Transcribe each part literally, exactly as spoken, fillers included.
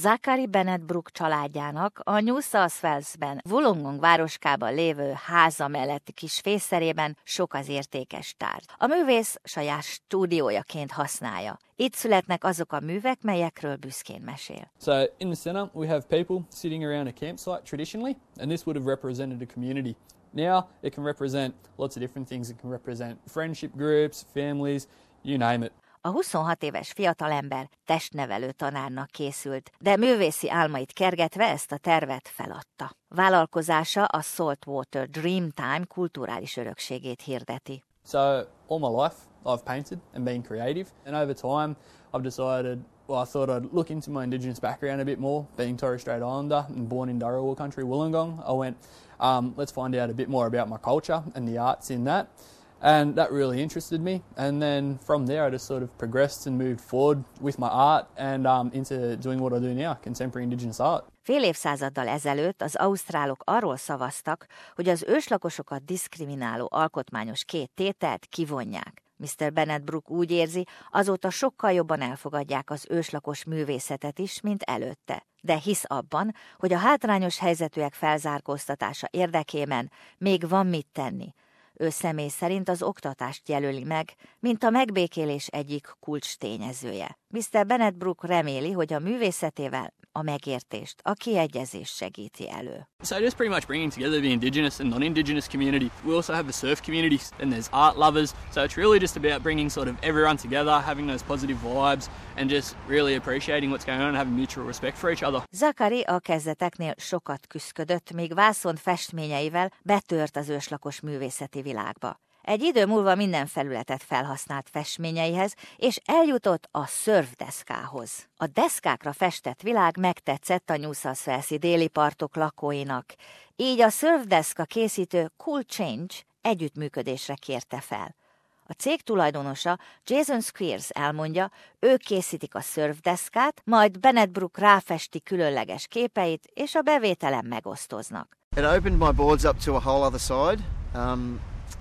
Zachary Bennett Brooke családjának a New South Walesben, Wollongong városkában lévő háza melletti kis fészterében sok az értékes tárgy. A művész saját stúdiójaként használja. Itt születnek azok a művek, melyekről büszkén mesél. So in the center we have people sitting around a campsite traditionally, and this would have represented a community. Now it can represent lots of different things. It can represent friendship groups, families, you name it. A huszonhat éves fiatalember testnevelő tanárnak készült, de művészi álmait kergetve ezt a tervet feladta. Vállalkozása a Saltwater Dreamtime kulturális örökségét hirdeti. So all my life I've painted and been creative, and over time I've decided, well, I thought I'd look into my Indigenous background a bit more, being Torres Strait Islander and born in Dharawal country, Wollongong. I went, um, let's find out a bit more about my culture and the arts in that. And that really interested me. And then from there, I just sort of progressed and moved forward with my art and um, into doing what I do now, contemporary Indigenous art. Fél évszázaddal ezelőtt az ausztrálok arról szavaztak, hogy az őslakosokat diszkrimináló alkotmányos két tételt kivonják. miszter Bennett Brooke úgy érzi, azóta sokkal jobban elfogadják az őslakos művészetet is, mint előtte. De hisz abban, hogy a hátrányos helyzetűek felzárkóztatása érdekében még van mit tenni. Ő személy szerint az oktatást jelöli meg, mint a megbékélés egyik kulcs tényezője. miszter Bennett Brooke reméli, hogy a művészetével a megértést, a kiegyezést segíti elő. So just pretty much bringing together the Indigenous and non-Indigenous community. We also have the surf communities and there's art lovers. So it's really just about bringing sort of everyone together, having those positive vibes and just really appreciating what's going on and having mutual respect for each other. Zachary a kezdeteknél sokat küszködött, míg vászon festményeivel betört az őslakos művészeti világba. Egy idő múlva minden felületet felhasznált festményeihez, és eljutott a szörfdeszkához. A deszkákra festett világ megtetszett a New South Wales-i déli partok lakóinak, így a szörfdeszka készítő Cool Change együttműködésre kérte fel. A cég tulajdonosa Jason Squires elmondja, ők készítik a szörfdeszkát, majd Bennett Brooke ráfesti különleges képeit, és a bevételen megosztoznak. It opened my boards up to a whole other side. Um...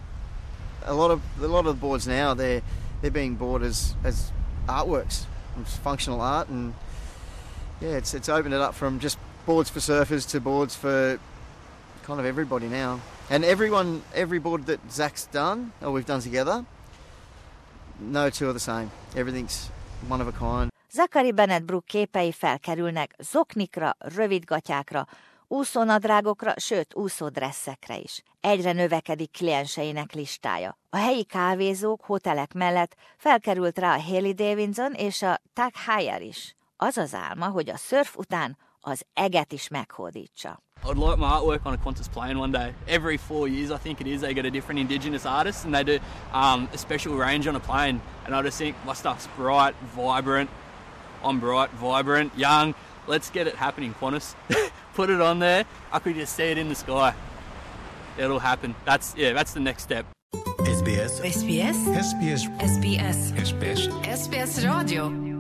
A lot of a lot of the boards now they're they're being bought as as artworks, it's functional art, and yeah, it's it's opened it up from just boards for surfers to boards for kind of everybody now. And everyone, every board that Zach's done or we've done together, no two are the same. Everything's one of a kind. Zachary Bennett Brooke képei felkerülnek zoknikra, rövidgatyákra, úszónadrágokra, sőt úszódresszekre is. Egyre növekedik klienseinek listája. A helyi kávézók, hotelek mellett felkerült rá a Harley Davidson és a Tag Heuer is. Az az álma, hogy a szörf után az eget is meghódítsa. I'd like my artwork on a Qantas plane one day. Every four years, I think it is, they get a different Indigenous artist and they do um, a special range on a plane. And I just think my stuff's bright, vibrant. I'm bright, vibrant, young. Let's get it happening, Qantas. Put it on there. I could just see it in the sky. It'll happen. That's yeah. That's the next step. S B S. S B S. S B S. S B S. S B S. S B S Radio.